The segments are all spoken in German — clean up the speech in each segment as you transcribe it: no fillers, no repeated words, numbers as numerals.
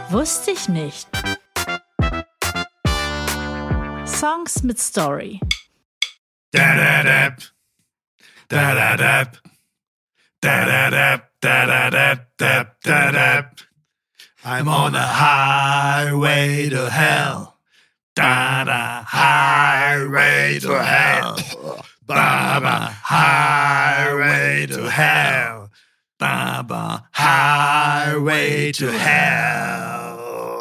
Wusste ich nicht. Songs mit Story. Da-da-dap. Da-da-dap. Da-da-dap. Da-da-dap. Da-da-dap. I'm on a highway to hell. Da-da, highway to hell. Baba, highway to hell. Baba, highway to hell.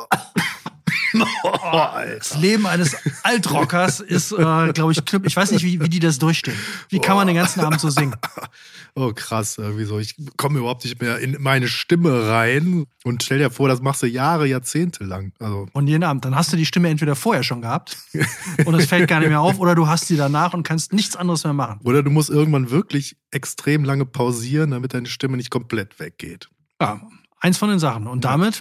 Das Leben eines Altrockers ist, glaube ich, ich weiß nicht, wie die das durchstehen. Wie kann man den ganzen Abend so singen? Oh, krass, irgendwie so. Ich komme überhaupt nicht mehr in meine Stimme rein. Und stell dir vor, das machst du Jahre, Jahrzehnte lang. Also. Und jeden Abend, dann hast du die Stimme entweder vorher schon gehabt und es fällt gar nicht mehr auf, oder du hast sie danach und kannst nichts anderes mehr machen. Oder du musst irgendwann wirklich extrem lange pausieren, damit deine Stimme nicht komplett weggeht. Ja, eins von den Sachen. Und damit?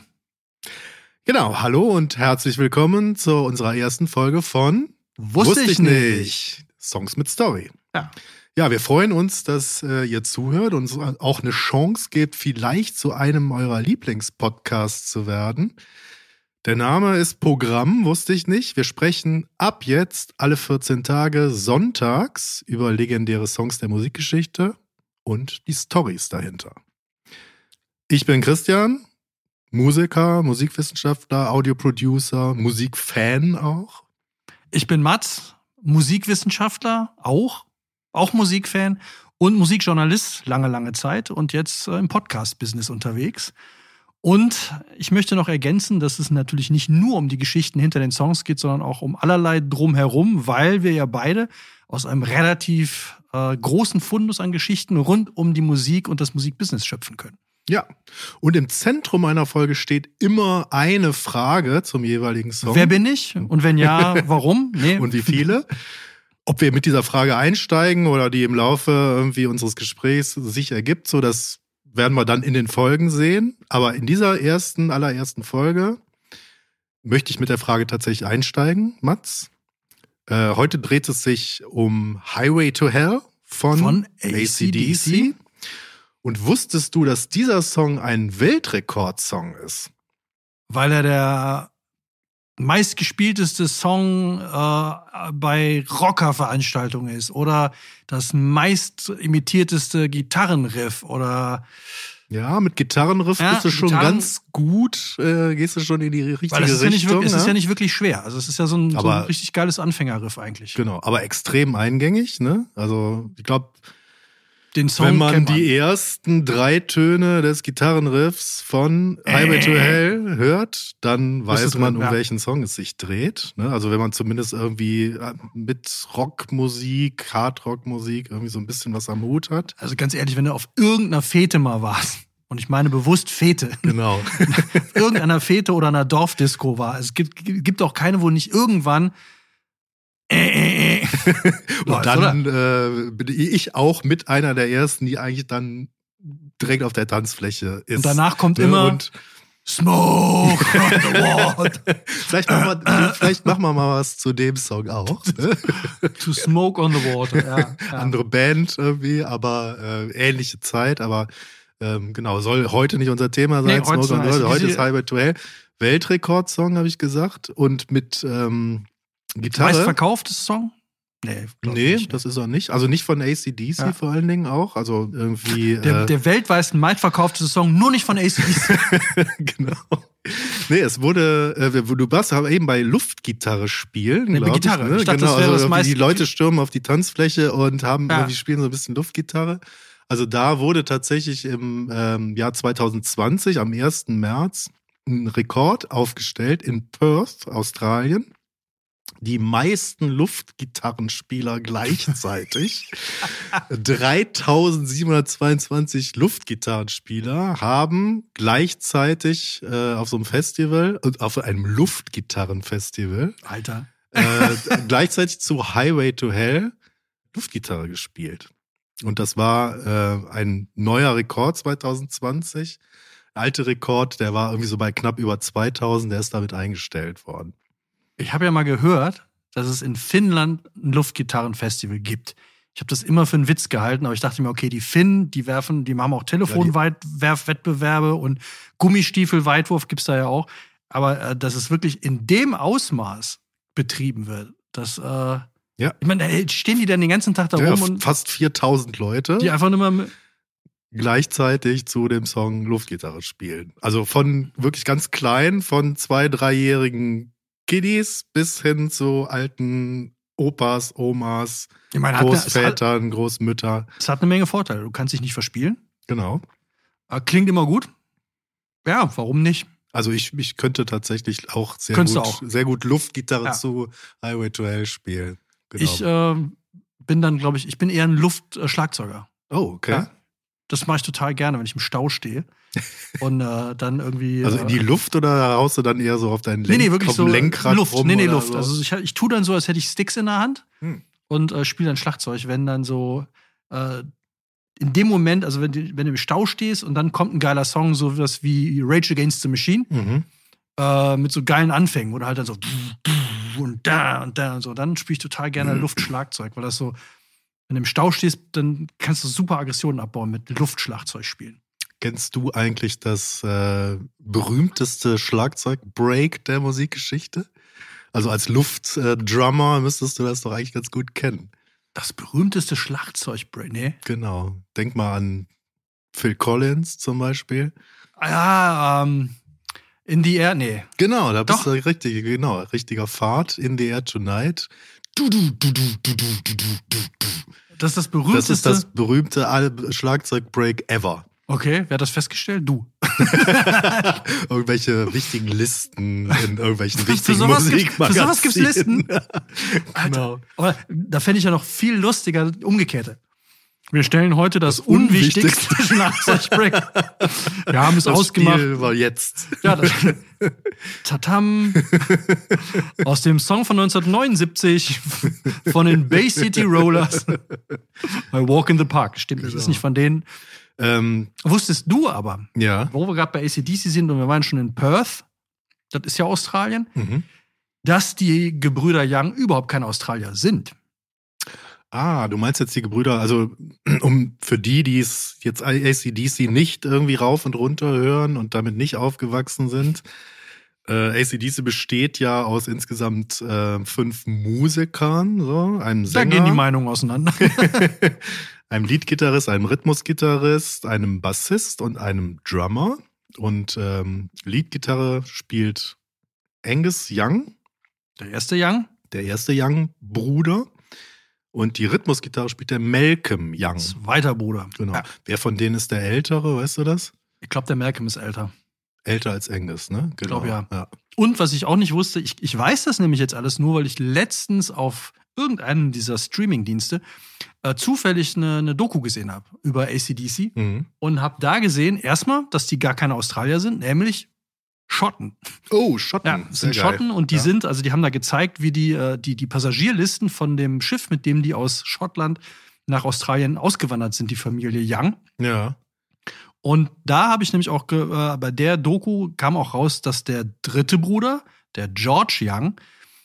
Genau, hallo und herzlich willkommen zu unserer ersten Folge von Wusste ich nicht. Songs mit Story. Ja. Ja, wir freuen uns, dass ihr zuhört und uns auch eine Chance gebt, vielleicht zu einem eurer Lieblingspodcasts zu werden. Der Name ist Programm, wusste ich nicht. Wir sprechen ab jetzt alle 14 Tage sonntags über legendäre Songs der Musikgeschichte und die Storys dahinter. Ich bin Christian, Musiker, Musikwissenschaftler, Audioproducer, Musikfan auch. Ich bin Mats, Musikwissenschaftler, auch Musikfan und Musikjournalist, lange Zeit und jetzt im Podcast-Business unterwegs. Und ich möchte noch ergänzen, dass es natürlich nicht nur um die Geschichten hinter den Songs geht, sondern auch um allerlei drumherum, weil wir ja beide aus einem relativ großen Fundus an Geschichten rund um die Musik und das Musikbusiness schöpfen können. Ja, und im Zentrum einer Folge steht immer eine Frage zum jeweiligen Song. Wer bin ich? Und wenn ja, warum? Nee. Und wie viele? Ob wir mit dieser Frage einsteigen oder die im Laufe irgendwie unseres Gesprächs sich ergibt, so das werden wir dann in den Folgen sehen. Aber in dieser allerersten Folge möchte ich mit der Frage tatsächlich einsteigen, Mats. Heute dreht es sich um Highway to Hell von AC/DC. Und wusstest du, dass dieser Song ein Weltrekordsong ist? Weil er der meistgespielteste Song bei Rockerveranstaltungen ist oder das meist imitierteste Gitarrenriff oder... Ja, mit Gitarrenriff bist du schon ganz gut, gehst du schon in die richtige Richtung. Es ist ja nicht wirklich schwer. Also es ist ja so ein richtig geiles Anfängerriff eigentlich. Genau, aber extrem eingängig, ne? Also ich glaube... Den Song wenn man die ersten 3 Töne des Gitarrenriffs von Highway to Hell hört, dann weiß man, um welchen Song es sich dreht. Also wenn man zumindest irgendwie mit Rockmusik, Hardrockmusik irgendwie so ein bisschen was am Hut hat. Also ganz ehrlich, wenn du auf irgendeiner Fete mal warst, und ich meine bewusst Fete. Genau. Auf irgendeiner Fete oder einer Dorfdisco war. Es gibt auch keine, wo nicht irgendwann und dann bin ich auch mit einer der ersten, die eigentlich dann direkt auf der Tanzfläche ist. Und danach kommt immer Smoke on the Water. Vielleicht machen wir mal was zu dem Song auch. To Smoke on the Water, ja. Andere Band irgendwie, aber ähnliche Zeit, aber genau, soll heute nicht unser Thema sein. Nee, heute ist Highway to Hell. Weltrekordsong, habe ich gesagt. Und mit Gitarre. Meistverkauftes Song? Nee, das ist er nicht. Also nicht von AC/DC vor allen Dingen auch. Also irgendwie. Der weltweit meistverkaufteste Song, nur nicht von AC/DC. Genau. Nee, es wurde, du warst aber eben bei Luftgitarre spielen, bei Gitarre. Ich, ne? Ich dachte, genau, das wäre das meiste. Die Leute stürmen auf die Tanzfläche und irgendwie spielen so ein bisschen Luftgitarre. Also da wurde tatsächlich im Jahr 2020, am 1. März, ein Rekord aufgestellt in Perth, Australien. Die meisten Luftgitarrenspieler gleichzeitig. 3722 Luftgitarrenspieler haben gleichzeitig auf so einem Festival, auf einem Luftgitarrenfestival, Alter, gleichzeitig zu Highway to Hell Luftgitarre gespielt. Und das war ein neuer Rekord 2020. Der alte Rekord, der war irgendwie so bei knapp über 2000, der ist damit eingestellt worden. Ich habe ja mal gehört, dass es in Finnland ein Luftgitarrenfestival gibt. Ich habe das immer für einen Witz gehalten, aber ich dachte mir, okay, die Finnen, die machen auch Telefonwerfwettbewerbe und Gummistiefel-Weitwurf gibt's da ja auch. dass es wirklich in dem Ausmaß betrieben wird, dass, Ja. Ich meine, stehen die dann den ganzen Tag da rum und fast 4000 Leute, die einfach nur mal gleichzeitig zu dem Song Luftgitarre spielen. Also von wirklich ganz klein, von 2-, 3-jährigen Kiddies bis hin zu alten Opas, Omas, ich meine, Großvätern, Großmütter. es hat eine Menge Vorteile. Du kannst dich nicht verspielen. Genau. Klingt immer gut. Ja, warum nicht? Also ich könnte tatsächlich auch Könntest du auch. sehr gut Luftgitarre Ja. zu Highway to Hell spielen. Genau. Ich bin dann, glaube ich bin eher ein Luftschlagzeuger. Oh, okay. Ja. Das mache ich total gerne, wenn ich im Stau stehe. Und dann irgendwie. Also in die Luft oder haust du dann eher so auf deinen wirklich auf so dem Lenkrad Luft. rum? Nee, oder Luft. So? Also ich tue dann so, als hätte ich Sticks in der Hand und spiele dann Schlagzeug, wenn dann so in dem Moment, also wenn du im Stau stehst und dann kommt ein geiler Song, so was wie Rage Against the Machine, mit so geilen Anfängen, oder halt dann so und da und so. Dann spiele ich total gerne Luftschlagzeug, weil das so, wenn du im Stau stehst, dann kannst du super Aggressionen abbauen mit Luftschlagzeug spielen. Kennst du eigentlich das berühmteste Schlagzeug-Break der Musikgeschichte? Also als Luftdrummer müsstest du das doch eigentlich ganz gut kennen. Das berühmteste Schlagzeug-Break, nee. Genau. Denk mal an Phil Collins zum Beispiel. Ja, In the Air, nee. Genau, da bist Doch. du richtig, genau, richtiger Fahrt. In the Air Tonight. Das ist das berühmteste. Das ist das berühmte Schlagzeug-Break ever. Okay, wer hat das festgestellt? Du. Irgendwelche wichtigen Listen in irgendwelchen Für wichtigen sowas Musikmagazinen. gibt's Listen. Genau. Aber da fände ich ja noch viel lustiger, umgekehrte. Wir stellen heute das unwichtigste Schlagzeugbreak. Wir haben es Das ausgemacht. Spiel war jetzt. Ja, Tatam. Aus dem Song von 1979 von den Bay City Rollers. Bei Walk in the Park. Stimmt, das ist nicht von denen. Wusstest du aber, Ja. wo wir gerade bei AC/DC sind und wir waren schon in Perth, das ist ja Australien, dass die Gebrüder Young überhaupt keine Australier sind. Ah, du meinst jetzt die Gebrüder, also für die es jetzt AC/DC nicht irgendwie rauf und runter hören und damit nicht aufgewachsen sind. AC/DC besteht ja aus insgesamt 5 Musikern, so, einem Da Sänger, gehen die Meinungen auseinander. einem Leadgitarrist, einem Rhythmusgitarrist, einem Bassist und einem Drummer. Und Leadgitarre spielt Angus Young, Der erste Young, der erste Young-Bruder. Und die Rhythmusgitarre spielt der Malcolm Young. zweiter Bruder. Genau. Ja. Wer von denen ist der Ältere, weißt du das? Ich glaube, der Malcolm ist älter. Älter als Angus, ne? Genau. Glaub, ja. Und was ich auch nicht wusste, ich weiß das nämlich jetzt alles nur, weil ich letztens auf irgendeinem dieser Streaming-Dienste zufällig eine Doku gesehen habe über AC/DC und habe da gesehen, erstmal, dass die gar keine Australier sind, nämlich Schotten. Oh, Schotten. Ja, das Sehr sind geil. Schotten und die sind, also die haben da gezeigt, wie die Passagierlisten von dem Schiff, mit dem die aus Schottland nach Australien ausgewandert sind, die Familie Young. Ja. Und da habe ich nämlich auch, bei der Doku kam auch raus, dass der dritte Bruder, der George Young,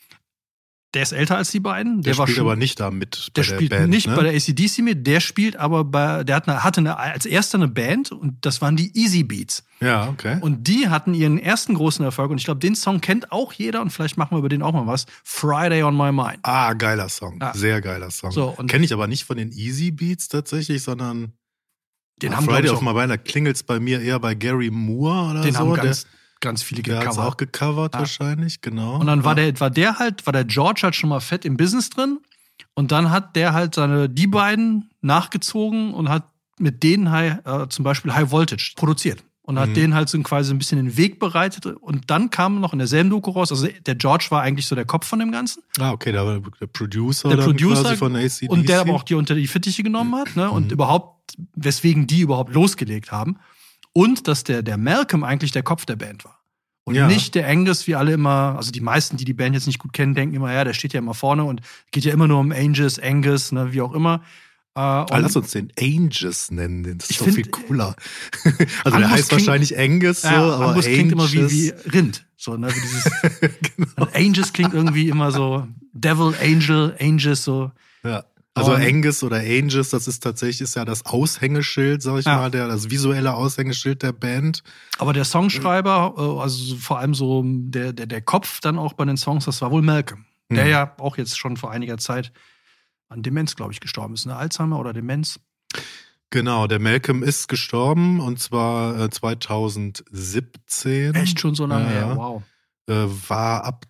der ist älter als die beiden. Der war spielt schon, aber nicht da mit der bei der spielt Band, nicht ne? bei der AC/DC mit, der spielt aber hatte als erster eine Band und das waren die Easy Beats. Ja, okay. Und die hatten ihren ersten großen Erfolg und ich glaube, den Song kennt auch jeder und vielleicht machen wir über den auch mal was. Friday on My Mind. Ah, geiler Song. Ja. Sehr geiler Song. So, und Kenne ich aber nicht von den Easy Beats tatsächlich, sondern den haben, Friday glaub ich, of My Mind, da klingelt's bei mir eher bei Gary Moore oder den so. haben ganz viele der hat's gecovert. auch gecovert wahrscheinlich, genau. Und dann war der George halt schon mal fett im Business drin. Und dann hat der halt die beiden nachgezogen und hat mit denen zum Beispiel High Voltage produziert. Und hat denen halt so quasi ein bisschen den Weg bereitet. Und dann kam noch in derselben Doku raus, also der George war eigentlich so der Kopf von dem Ganzen. Ah, okay, da war der Producer, Der dann Producer quasi von AC/DC. und der aber auch die unter die Fittiche genommen hat, ne? Und überhaupt, weswegen die überhaupt losgelegt haben. Und dass der Malcolm eigentlich der Kopf der Band war. Und Ja. nicht der Angus, wie alle immer, also die meisten, die Band jetzt nicht gut kennen, denken immer, ja, der steht ja immer vorne und geht ja immer nur um Angus, ne, wie auch immer. Lass uns den Angus nennen, das ist Ich doch find, viel cooler. Also der Angus heißt klingt- wahrscheinlich Angus, so, aber Angus klingt immer Angus- wie Rind. So, ne, wie dieses, und Angus klingt irgendwie immer so Devil, Angel, Angus, so. Ja. Also Und- Angus oder Angus, das ist ja das Aushängeschild, sag ich Ja. mal, das visuelle Aushängeschild der Band. Aber der Songschreiber, also vor allem so der Kopf dann auch bei den Songs, das war wohl Malcolm. Der ja auch jetzt schon vor einiger Zeit an Demenz, glaube ich, gestorben ist. Ne? Alzheimer oder Demenz. Genau, der Malcolm ist gestorben und zwar 2017. Echt schon so lange Ja, her, ja. wow. War ab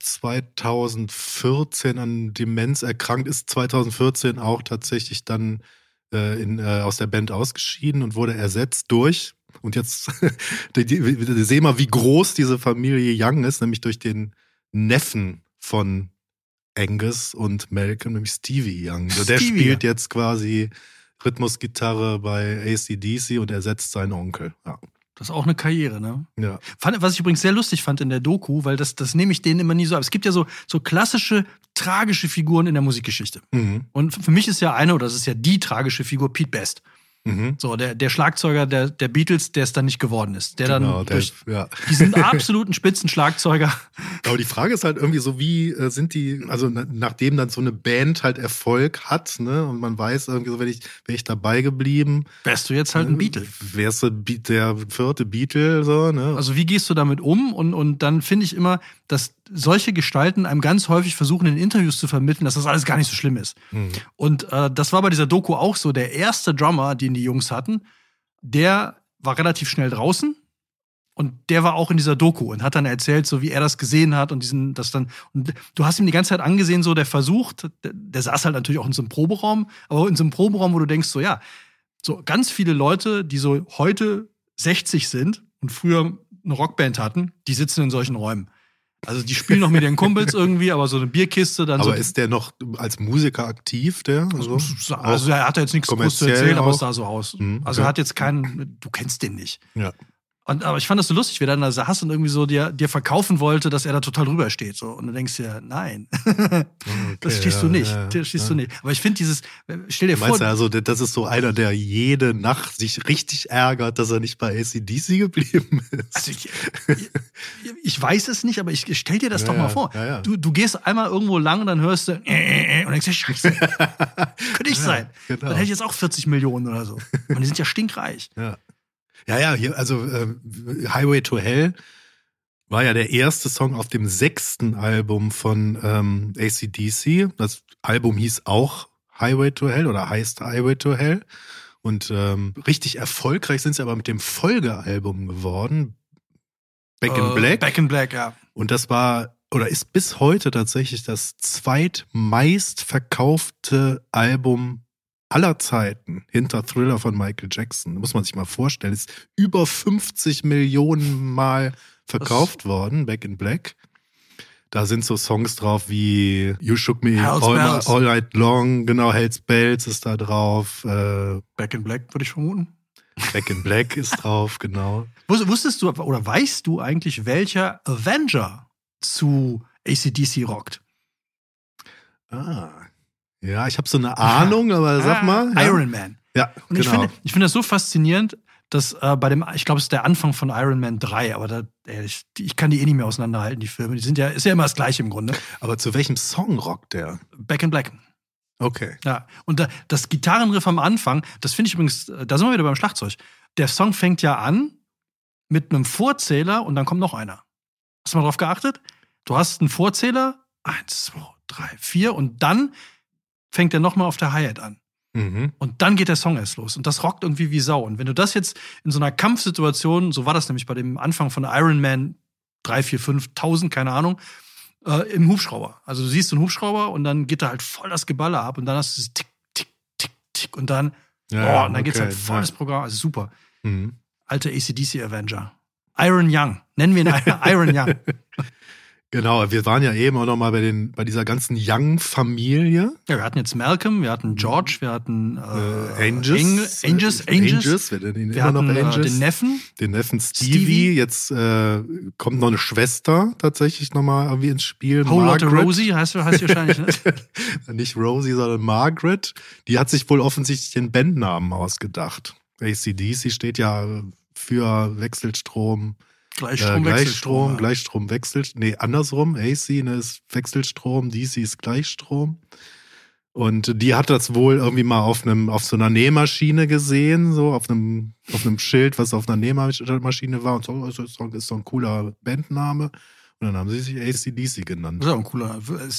2014 an Demenz erkrankt, ist 2014 auch tatsächlich dann aus der Band ausgeschieden und wurde ersetzt durch, und jetzt sehen wir, wie groß diese Familie Young ist, nämlich durch den Neffen von Angus und Malcolm, nämlich Stevie Young. Also der Stevie. spielt jetzt quasi Rhythmusgitarre bei AC/DC und ersetzt seinen Onkel. Ja. Das ist auch eine Karriere, ne? Ja. Was ich übrigens sehr lustig fand in der Doku, weil das nehme ich denen immer nie so ab. Es gibt ja so klassische, tragische Figuren in der Musikgeschichte. Mhm. Und für mich ist ja das ist ja die tragische Figur Pete Best. Mhm. So, der Schlagzeuger der Beatles, der es dann nicht geworden ist. Der Genau, dann durch ja. diesen absoluten Spitzenschlagzeuger. Aber die Frage ist halt irgendwie so, wie sind die, also nachdem dann so eine Band halt Erfolg hat, ne, und man weiß irgendwie so, wäre ich dabei geblieben. Wärst du jetzt halt ein Beatle. Wärst du der vierte Beatle, so, ne? Also wie gehst du damit um? Und dann finde ich immer, dass solche Gestalten einem ganz häufig versuchen, in Interviews zu vermitteln, dass das alles gar nicht so schlimm ist. Und das war bei dieser Doku auch so. Der erste Drummer, den die Jungs hatten, der war relativ schnell draußen. Und der war auch in dieser Doku und hat dann erzählt, so wie er das gesehen hat und und du hast ihm die ganze Zeit angesehen, so der versucht, der saß halt natürlich auch in so einem Proberaum, aber in so einem Proberaum, wo du denkst, so ja, so ganz viele Leute, die so heute 60 sind und früher eine Rockband hatten, die sitzen in solchen Räumen. Also die spielen noch mit ihren Kumpels irgendwie, aber so eine Bierkiste dann Aber so. ist der noch als Musiker aktiv, der? Also er hat ja jetzt nichts groß zu erzählen, aber es sah so aus. Also okay. er hat jetzt keinen, du kennst den nicht. Ja. Aber ich fand das so lustig, wie er dann da saß und irgendwie so dir verkaufen wollte, dass er da total drüber steht. So. Und du denkst dir, nein, das stehst du nicht. Das stehst du nicht. Aber ich finde stell dir vor. Meinst du also, das ist so einer, der jede Nacht sich richtig ärgert, dass er nicht bei AC/DC geblieben ist? Also ich weiß es nicht, aber ich stell dir das doch mal vor. Ja. Du gehst einmal irgendwo lang und dann hörst du und denkst dir, Scheiße, könnte ich sein. Genau. Dann hätte ich jetzt auch 40 Millionen oder so. Und die sind ja stinkreich. Ja, hier, also Highway to Hell war ja der erste Song auf dem 6. Album von AC/DC. Das Album hieß auch Highway to Hell oder heißt Highway to Hell. Und richtig erfolgreich sind sie aber mit dem Folgealbum geworden. Back in Black. Back in Black, ja. Und das war oder ist bis heute tatsächlich das zweitmeistverkaufte Album aller Zeiten hinter Thriller von Michael Jackson. Muss man sich mal vorstellen. Ist über 50 Millionen Mal verkauft worden, Back in Black. Da sind so Songs drauf wie You Shook Me All Night Long, genau, Hell's Bells ist da drauf. Back in Black, würde ich vermuten. Back in Black ist drauf, genau. Wusstest du oder weißt du eigentlich, welcher Avenger zu AC/DC rockt? Ja, ich habe so eine Ahnung, aber sag mal. Ja. Iron Man. Ja, und genau. Ich finde das so faszinierend, dass ich glaube, es ist der Anfang von Iron Man 3, aber ich kann die nicht mehr auseinanderhalten, die Filme. Ist ja immer das Gleiche im Grunde. Aber zu welchem Song rockt der? Back in Black. Okay. Ja, und das Gitarrenriff am Anfang, das finde ich übrigens, da sind wir wieder beim Schlagzeug. Der Song fängt ja an mit einem Vorzähler und dann kommt noch einer. Hast du mal drauf geachtet? Du hast einen Vorzähler, 1, 2, 3, 4 und dann fängt er nochmal auf der Hi-Hat an. Mhm. Und dann geht der Song erst los. Und das rockt irgendwie wie Sau. Und wenn du das jetzt in so einer Kampfsituation, so war das nämlich bei dem Anfang von Iron Man 3, 4, 5, 1000, keine Ahnung, im Hubschrauber. Also du siehst einen Hubschrauber und dann geht da halt voll das Geballer ab und dann hast du das Tick, Tick, Tick, Tick und dann, und dann geht's halt voll das Programm. Also super. Mhm. Alte AC/DC Avenger. Iron Young. Nennen wir ihn Iron Young. Genau, wir waren ja eben auch noch mal bei dieser ganzen Young-Familie. Ja, wir hatten jetzt Malcolm, wir hatten George, wir hatten Angus. Wir nennen ihn wir immer noch hatten Angus. den Neffen Stevie. Jetzt kommt noch eine Schwester tatsächlich noch mal irgendwie ins Spiel. Whole Lotte Rosie heißt sie wahrscheinlich. Ne? Nicht Rosie, sondern Margaret. Die hat sich wohl offensichtlich den Bandnamen ausgedacht. AC/DC steht ja für Wechselstrom. Gleichstrom, andersrum. AC ist Wechselstrom, DC ist Gleichstrom. Und die hat das wohl irgendwie mal auf so einer Nähmaschine gesehen, so auf einem Schild, was auf einer Nähmaschine war. Und so, ist doch ein cooler Bandname. Und dann haben sie sich AC/DC genannt. Das ist auch ein cooler.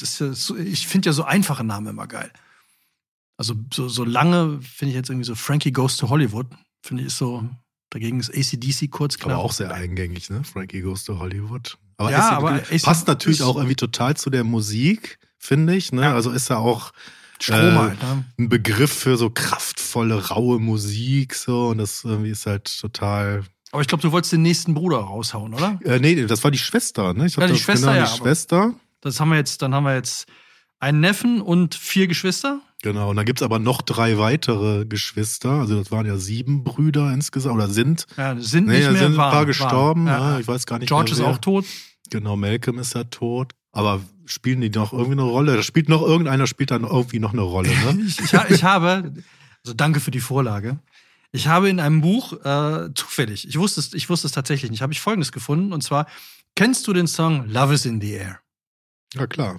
Ich finde ja so einfache Namen immer geil. Also so lange finde ich jetzt irgendwie so Frankie Goes to Hollywood. Finde ich ist so, dagegen ist AC/DC kurz, klar. Aber auch sehr eingängig, ne? Frankie Goes to Hollywood. Aber ja, aber passt natürlich auch irgendwie total zu der Musik, finde ich. Ne? Ja. Also ist ja auch Strom halt, ne? Ein Begriff für so kraftvolle, raue Musik. So. Und das irgendwie ist halt total. Aber ich glaube, du wolltest den nächsten Bruder raushauen, oder? Nee, das war die Schwester, ne? Die Schwester, ja. Die Schwester. Dann haben wir jetzt einen Neffen und 4 Geschwister. Genau, und dann gibt es aber noch 3 weitere Geschwister. Also das waren ja 7 Brüder insgesamt, oder sind. Ja, sind nicht mehr. Sind ein paar gestorben. Ja. Ich weiß gar nicht George mehr, wer. Ist auch tot. Genau, Malcolm ist ja tot. Aber spielen die noch irgendwie eine Rolle? Da spielt noch irgendeiner dann irgendwie noch eine Rolle, ne? ich habe, also danke für die Vorlage. Ich habe in einem Buch, zufällig, ich wusste es tatsächlich nicht, habe ich Folgendes gefunden. Und zwar, kennst du den Song Love is in the Air? Ja, klar.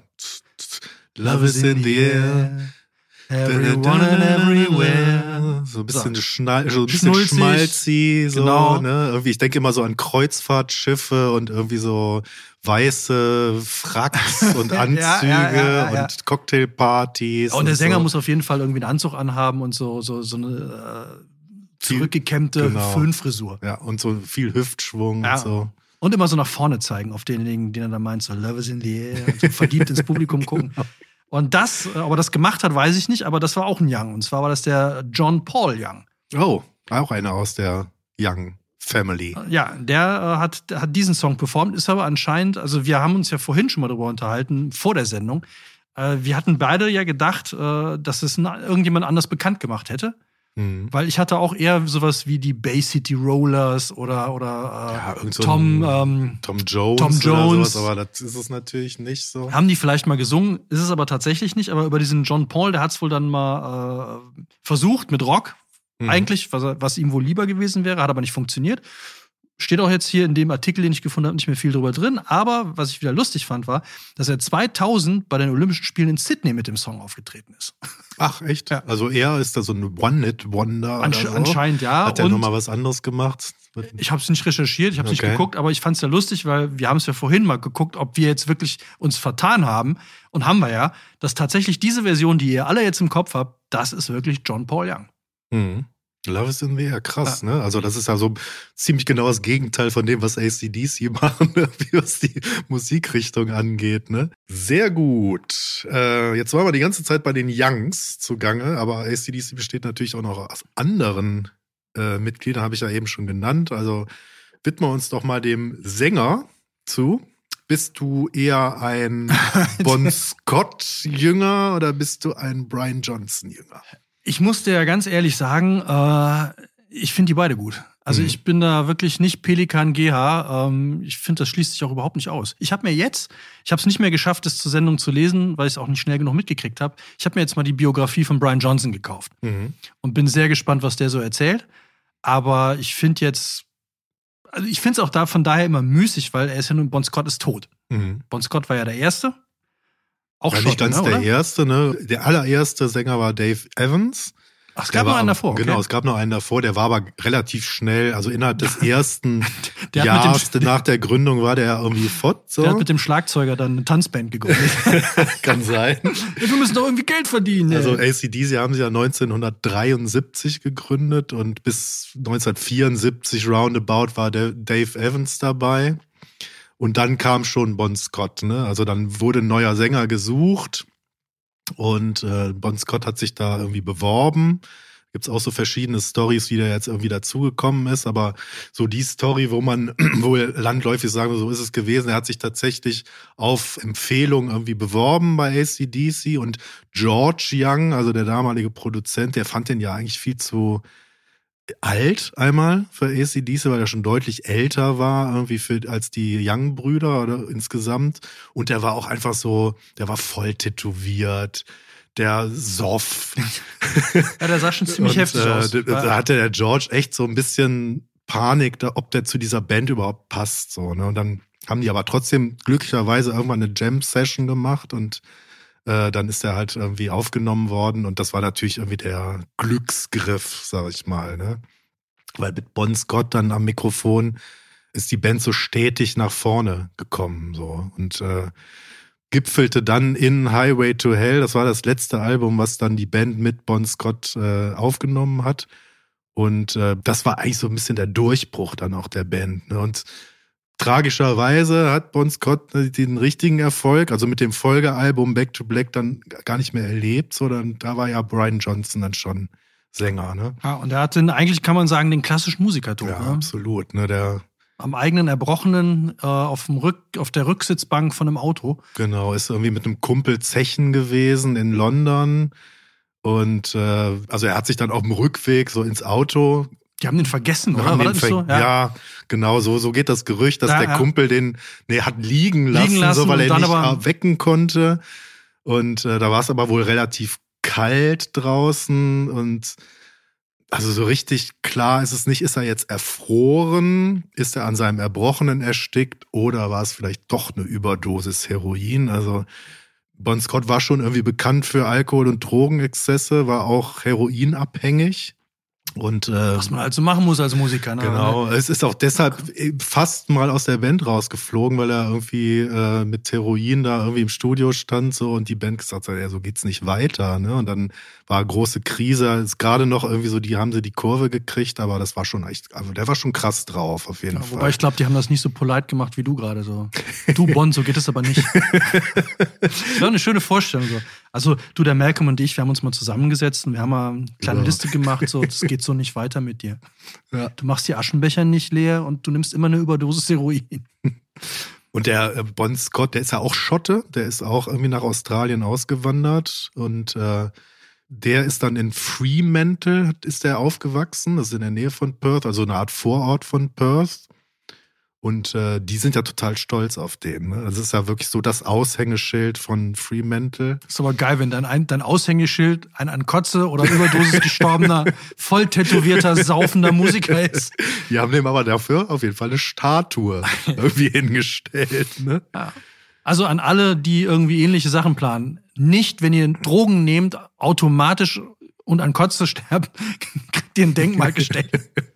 Love is in the air. Everyone and everywhere. So ein bisschen schmalzi, so, genau. Ne? Irgendwie, ich denke immer so an Kreuzfahrtschiffe und irgendwie so weiße Fracks und Anzüge und Cocktailpartys. Und der Sänger muss auf jeden Fall irgendwie einen Anzug anhaben und so eine zurückgekämmte Föhnfrisur. Ja, und so viel Hüftschwung und so. Und immer so nach vorne zeigen, auf denjenigen, den er da meint, so Love is in the air, und so verliebt ins Publikum gucken. Und aber das gemacht hat, weiß ich nicht, aber das war auch ein Young. Und zwar war das der John Paul Young. Oh, auch einer aus der Young Family. Ja, der hat diesen Song performt, ist aber anscheinend, also wir haben uns ja vorhin schon mal darüber unterhalten, vor der Sendung. Wir hatten beide ja gedacht, dass es irgendjemand anders bekannt gemacht hätte. Mhm. Weil ich hatte auch eher sowas wie die Bay City Rollers oder Tom Jones oder sowas, aber das ist es natürlich nicht so. Haben die vielleicht mal gesungen, ist es aber tatsächlich nicht. Aber über diesen John Paul, der hat es wohl dann mal versucht mit Rock, eigentlich, was ihm wohl lieber gewesen wäre, hat aber nicht funktioniert. Steht auch jetzt hier in dem Artikel, den ich gefunden habe, nicht mehr viel drüber drin. Aber was ich wieder lustig fand, war, dass er 2000 bei den Olympischen Spielen in Sydney mit dem Song aufgetreten ist. Ach, echt? Ja. Also er ist da so ein One-Hit-Wonder oder so? Anscheinend, ja. Hat er nochmal was anderes gemacht? Ich habe es nicht recherchiert, ich habe es nicht geguckt, aber ich fand es ja lustig, weil wir haben es ja vorhin mal geguckt, ob wir jetzt wirklich uns vertan haben. Und haben wir ja, dass tatsächlich diese Version, die ihr alle jetzt im Kopf habt, das ist wirklich John Paul Young. Mhm. Love is in the air, krass, ne? Also das ist ja so ziemlich genau das Gegenteil von dem, was AC/DC machen, was die Musikrichtung angeht, ne? Sehr gut. Jetzt waren wir die ganze Zeit bei den Youngs zugange, aber AC/DC besteht natürlich auch noch aus anderen Mitgliedern, habe ich ja eben schon genannt. Also widmen wir uns doch mal dem Sänger zu. Bist du eher ein Bon Scott-Jünger oder bist du ein Brian Johnson-Jünger? Ich muss dir ganz ehrlich sagen, ich finde die beide gut. Also ich bin da wirklich nicht Pelikan GH. Ich finde, das schließt sich auch überhaupt nicht aus. Ich habe es nicht mehr geschafft, das zur Sendung zu lesen, weil ich es auch nicht schnell genug mitgekriegt habe. Ich habe mir jetzt mal die Biografie von Brian Johnson gekauft und bin sehr gespannt, was der so erzählt. Aber ich finde es auch von daher immer müßig, weil er ist ja nun, Bon Scott ist tot. Bon Scott war ja der Erste. Auch nicht ganz der Erste, ne? Der allererste Sänger war Dave Evans. Ach, es gab noch einen davor. Okay. Genau, es gab noch einen davor, der war aber relativ schnell, also innerhalb des ersten Jahres nach der Gründung war der irgendwie fort. So. Der hat mit dem Schlagzeuger dann eine Tanzband gegründet. Kann sein. Wir müssen doch irgendwie Geld verdienen. Also AC/DC haben sie ja 1973 gegründet und bis 1974 roundabout war der Dave Evans dabei. Und dann kam schon Bon Scott, ne? Also dann wurde ein neuer Sänger gesucht und Bon Scott hat sich da irgendwie beworben. Gibt's auch so verschiedene Storys, wie der jetzt irgendwie dazugekommen ist, aber so die Story, wo man wohl landläufig sagen, so ist es gewesen, er hat sich tatsächlich auf Empfehlung irgendwie beworben bei AC/DC und George Young, also der damalige Produzent, der fand den ja eigentlich viel zu alt einmal für AC/DC, weil er schon deutlich älter war irgendwie als die Young-Brüder oder insgesamt. Und der war auch einfach so, der war voll tätowiert, der soff. Ja, der sah schon ziemlich heftig aus. Da hatte der George echt so ein bisschen Panik, ob der zu dieser Band überhaupt passt. So, ne? Und dann haben die aber trotzdem glücklicherweise irgendwann eine Jam-Session gemacht und Dann ist er halt irgendwie aufgenommen worden und das war natürlich irgendwie der Glücksgriff, sag ich mal, ne? Weil mit Bon Scott dann am Mikrofon ist die Band so stetig nach vorne gekommen, so. Und gipfelte dann in Highway to Hell. Das war das letzte Album, was dann die Band mit Bon Scott aufgenommen hat. Und das war eigentlich so ein bisschen der Durchbruch dann auch der Band, ne? Und tragischerweise hat Bon Scott den richtigen Erfolg, also mit dem Folgealbum Back to Black, dann gar nicht mehr erlebt, sondern da war ja Brian Johnson dann schon Sänger, ne? Ja, und er hatte eigentlich, kann man sagen, den klassischen Musikertod. Ja, ne? absolut, ne? Der am eigenen Erbrochenen auf der Rücksitzbank von einem Auto. Genau, ist irgendwie mit einem Kumpel zechen gewesen in London und also er hat sich dann auf dem Rückweg so ins Auto. Die haben den vergessen, oder? War das nicht so? Ja, genau, so geht das Gerücht, dass der Kumpel den hat liegen lassen, so, weil er nicht wecken konnte. Und da war es aber wohl relativ kalt draußen und also so richtig klar ist es nicht, ist er jetzt erfroren, ist er an seinem Erbrochenen erstickt oder war es vielleicht doch eine Überdosis Heroin? Also Bon Scott war schon irgendwie bekannt für Alkohol- und Drogenexzesse, war auch heroinabhängig. Und, was man also machen muss als Musiker. Ne? Genau, es ist auch deshalb fast mal aus der Band rausgeflogen, weil er irgendwie mit Heroin da irgendwie im Studio stand so und die Band gesagt hat, ja, so geht's nicht weiter. Ne? Und dann war große Krise, ist gerade noch irgendwie so, haben sie die Kurve gekriegt, aber das war schon echt, also der war schon krass drauf auf jeden Fall. Wobei ich glaube, die haben das nicht so polite gemacht wie du gerade so. Du Bon, so geht es aber nicht. Das war eine schöne Vorstellung so. Also du, der Malcolm und ich, wir haben uns mal zusammengesetzt und wir haben mal eine kleine Liste gemacht, so, das geht so nicht weiter mit dir. Ja. Du machst die Aschenbecher nicht leer und du nimmst immer eine Überdosis Heroin. Und der Bon Scott, der ist ja auch Schotte, der ist auch irgendwie nach Australien ausgewandert und der ist dann in Fremantle, ist der aufgewachsen, das ist in der Nähe von Perth, also eine Art Vorort von Perth. Und die sind ja total stolz auf den. Ne? Das ist ja wirklich so das Aushängeschild von Fremantle. Ist aber geil, wenn dein Aushängeschild ein an Kotze oder Überdosis gestorbener, voll tätowierter, saufender Musiker ist. Die haben dem aber dafür auf jeden Fall eine Statue irgendwie hingestellt. Ne? Ja. Also an alle, die irgendwie ähnliche Sachen planen. Nicht, wenn ihr Drogen nehmt, automatisch und an Kotze sterbt, kriegt ihr ein Denkmal gestellt.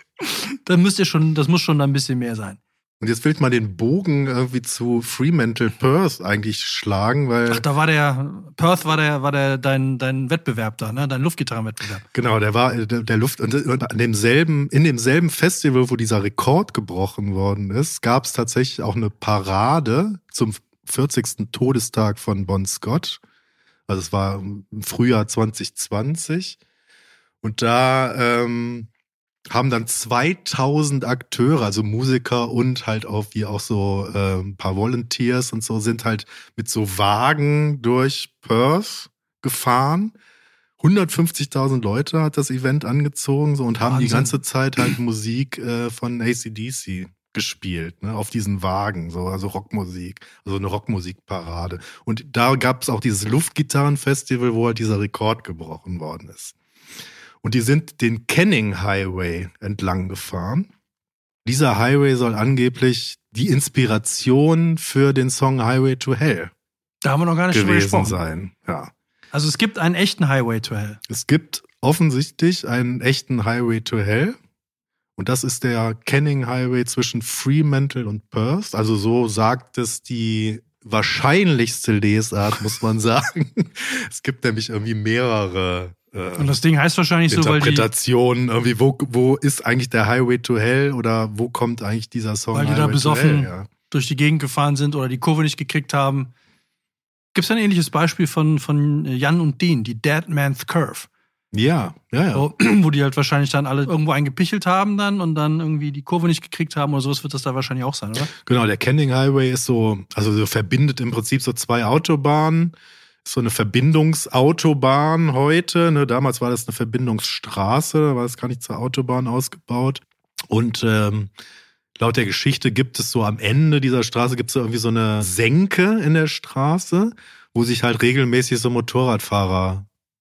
Das muss schon ein bisschen mehr sein. Und jetzt will ich mal den Bogen irgendwie zu Fremantle Perth eigentlich schlagen, weil. Ach, Perth war der dein Wettbewerb da, ne? Dein Luftgitarrenwettbewerb. Genau, der war der Luft und in demselben Festival, wo dieser Rekord gebrochen worden ist, gab es tatsächlich auch eine Parade zum 40. Todestag von Bon Scott. Also es war im Frühjahr 2020. Und da haben dann 2000 Akteure, also Musiker und halt auch so ein paar Volunteers und so, sind halt mit so Wagen durch Perth gefahren. 150.000 Leute hat das Event angezogen so und haben Wahnsinn. Die ganze Zeit halt Musik von AC/DC gespielt, ne, auf diesen Wagen, so, also Rockmusik, also eine Rockmusikparade. Und da gab es auch dieses Luftgitarrenfestival, wo halt dieser Rekord gebrochen worden ist. Und die sind den Canning Highway entlang gefahren. Dieser Highway soll angeblich die Inspiration für den Song Highway to Hell da haben wir noch gar nicht drüber gesprochen sein. Ja. Also es gibt einen echten Highway to Hell. Es gibt offensichtlich einen echten Highway to Hell. Und das ist der Canning Highway zwischen Fremantle und Perth. Also so sagt es die wahrscheinlichste Lesart, muss man sagen. Es gibt nämlich irgendwie mehrere und das Ding heißt wahrscheinlich so, weil Interpretationen, irgendwie, wo ist eigentlich der Highway to Hell oder wo kommt eigentlich dieser Song weil die Highway da besoffen durch die Gegend gefahren sind oder die Kurve nicht gekriegt haben. Gibt es ein ähnliches Beispiel von Jan und Dean, die Dead Man's Curve? Ja. Wo die halt wahrscheinlich dann alle irgendwo eingepichelt haben dann und dann irgendwie die Kurve nicht gekriegt haben oder sowas wird das da wahrscheinlich auch sein, oder? Genau, der Canning Highway ist so verbindet im Prinzip so zwei Autobahnen. So eine Verbindungsautobahn heute. Ne? Damals war das eine Verbindungsstraße, da war es gar nicht zur Autobahn ausgebaut. Und laut der Geschichte gibt es so am Ende dieser Straße gibt es so irgendwie so eine Senke in der Straße, wo sich halt regelmäßig so Motorradfahrer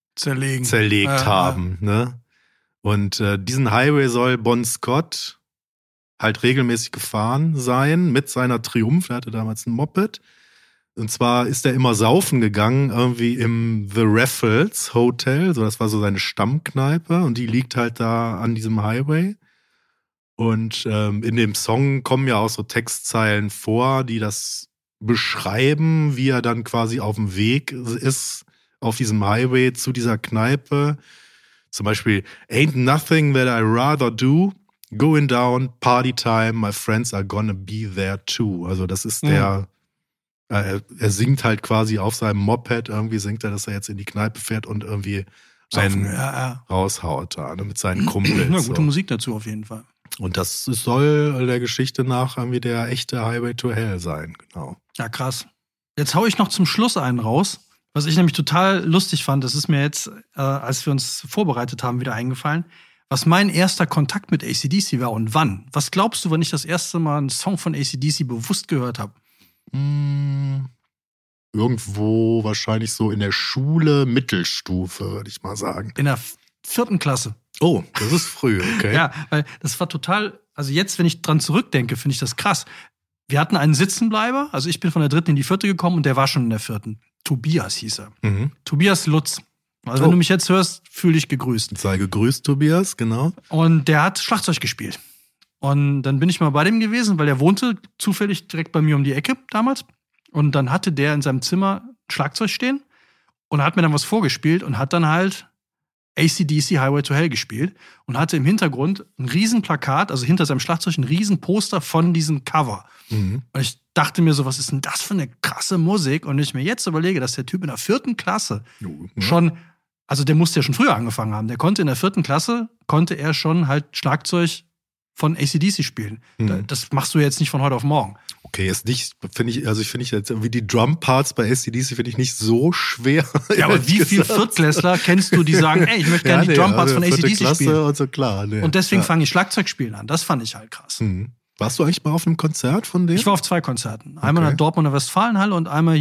zerlegt haben. Ja. Ne? Und diesen Highway soll Bon Scott halt regelmäßig gefahren sein mit seiner Triumph. Er hatte damals ein Moped. Und zwar ist er immer saufen gegangen, irgendwie im The Raffles Hotel. So, das war so seine Stammkneipe und die liegt halt da an diesem Highway. Und in dem Song kommen ja auch so Textzeilen vor, die das beschreiben, wie er dann quasi auf dem Weg ist, auf diesem Highway zu dieser Kneipe. Zum Beispiel, ain't nothing that I rather do. Going down, party time, my friends are gonna be there too. Also das ist der, er singt halt quasi auf seinem Moped, irgendwie singt er, dass er jetzt in die Kneipe fährt und irgendwie einen raushaut da, ne, mit seinen Kumpels. Ja, gute Musik dazu auf jeden Fall. Und das soll der Geschichte nach irgendwie der echte Highway to Hell sein, genau. Ja, krass. Jetzt hau ich noch zum Schluss einen raus, was ich nämlich total lustig fand. Das ist mir jetzt, als wir uns vorbereitet haben, wieder eingefallen. Was mein erster Kontakt mit AC/DC war und wann. Was glaubst du, wann ich das erste Mal einen Song von AC/DC bewusst gehört habe? Irgendwo wahrscheinlich so in der Schule, Mittelstufe, würde ich mal sagen. In der 4. Klasse. Oh, das ist früh, okay. Ja, weil das war total, also jetzt, wenn ich dran zurückdenke, finde ich das krass. Wir hatten einen Sitzenbleiber, also ich bin von der 3. in die 4. gekommen und der war schon in der 4. Tobias hieß er. Tobias Lutz. Also wenn du mich jetzt hörst, fühl dich gegrüßt. Sei gegrüßt, Tobias, genau. Und der hat Schlagzeug gespielt. Und dann bin ich mal bei dem gewesen, weil der wohnte zufällig direkt bei mir um die Ecke damals. Und dann hatte der in seinem Zimmer Schlagzeug stehen und hat mir dann was vorgespielt und hat dann halt AC/DC Highway to Hell gespielt und hatte im Hintergrund ein riesen Plakat, also hinter seinem Schlagzeug ein riesen Poster von diesem Cover. Und ich dachte mir so, was ist denn das für eine krasse Musik? Und ich mir jetzt überlege, dass der Typ in der 4. Klasse schon, also der musste ja schon früher angefangen haben, der konnte in der 4. Klasse, konnte er schon halt Schlagzeug von AC/DC spielen. Das machst du jetzt nicht von heute auf morgen. Okay, ist nicht, finde ich jetzt irgendwie die Drum-Parts bei AC/DC finde ich nicht so schwer. Ja, aber wie viele Viertklässler kennst du, die sagen, ey, ich möchte gerne die Drum-Parts von AC/DC spielen? Und so, klar. Nee. Und deswegen fange ich Schlagzeugspielen an. Das fand ich halt krass. Warst du eigentlich mal auf einem Konzert von denen? Ich war auf 2 Konzerten. Einmal in der Dortmunder Westfalenhalle und einmal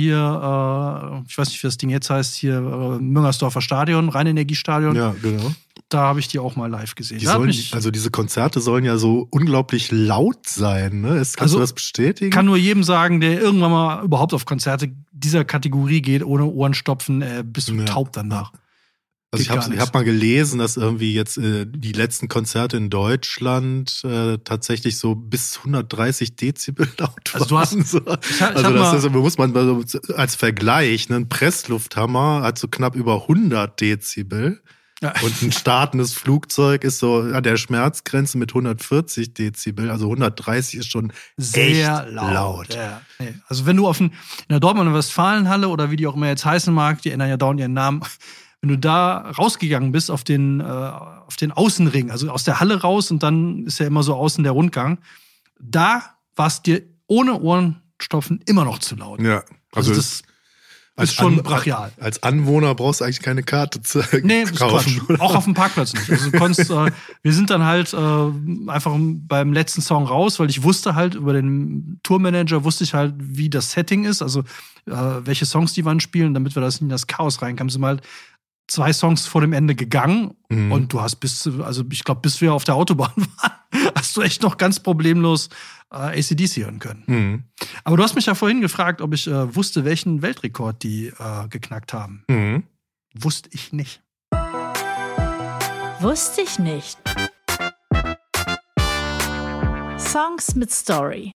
hier, ich weiß nicht, wie das Ding jetzt heißt, hier Müngersdorfer Stadion, Rheinenergiestadion. Ja, genau. Da habe ich die auch mal live gesehen. Also diese Konzerte sollen ja so unglaublich laut sein, ne? Kannst du das bestätigen? Kann nur jedem sagen, der irgendwann mal überhaupt auf Konzerte dieser Kategorie geht, ohne Ohrenstopfen, bist du taub danach. Also ich hab mal gelesen, dass irgendwie jetzt die letzten Konzerte in Deutschland tatsächlich so bis 130 Dezibel laut waren. Also du hast, das muss man als Vergleich, ne? Ein Presslufthammer hat so knapp über 100 Dezibel. Ja. Und ein startendes Flugzeug ist so an der Schmerzgrenze mit 140 Dezibel, also 130 ist schon sehr laut. Ja. Nee. Also wenn du in der Dortmunder Westfalenhalle oder wie die auch immer jetzt heißen mag, die ändern ja dauernd ihren Namen, wenn du da rausgegangen bist auf den Außenring, also aus der Halle raus und dann ist ja immer so außen der Rundgang, da war es dir ohne Ohrenstopfen immer noch zu laut. Ja, also das ist schon brachial. Als Anwohner brauchst du eigentlich keine Karte zu kaufen. Nee, das ist Quatsch. Auch auf dem Parkplatz nicht. Also du konntest, wir sind dann halt einfach beim letzten Song raus, weil ich wusste halt, über den Tourmanager wusste ich halt, wie das Setting ist, also welche Songs die wann spielen, damit wir das in das Chaos reinkamen, sind wir halt 2 Songs vor dem Ende gegangen und du hast bis wir auf der Autobahn waren, hast du echt noch ganz problemlos AC/DC hören können. Aber du hast mich ja vorhin gefragt, ob ich wusste, welchen Weltrekord die geknackt haben. Wusste ich nicht. Wusste ich nicht. Songs mit Story.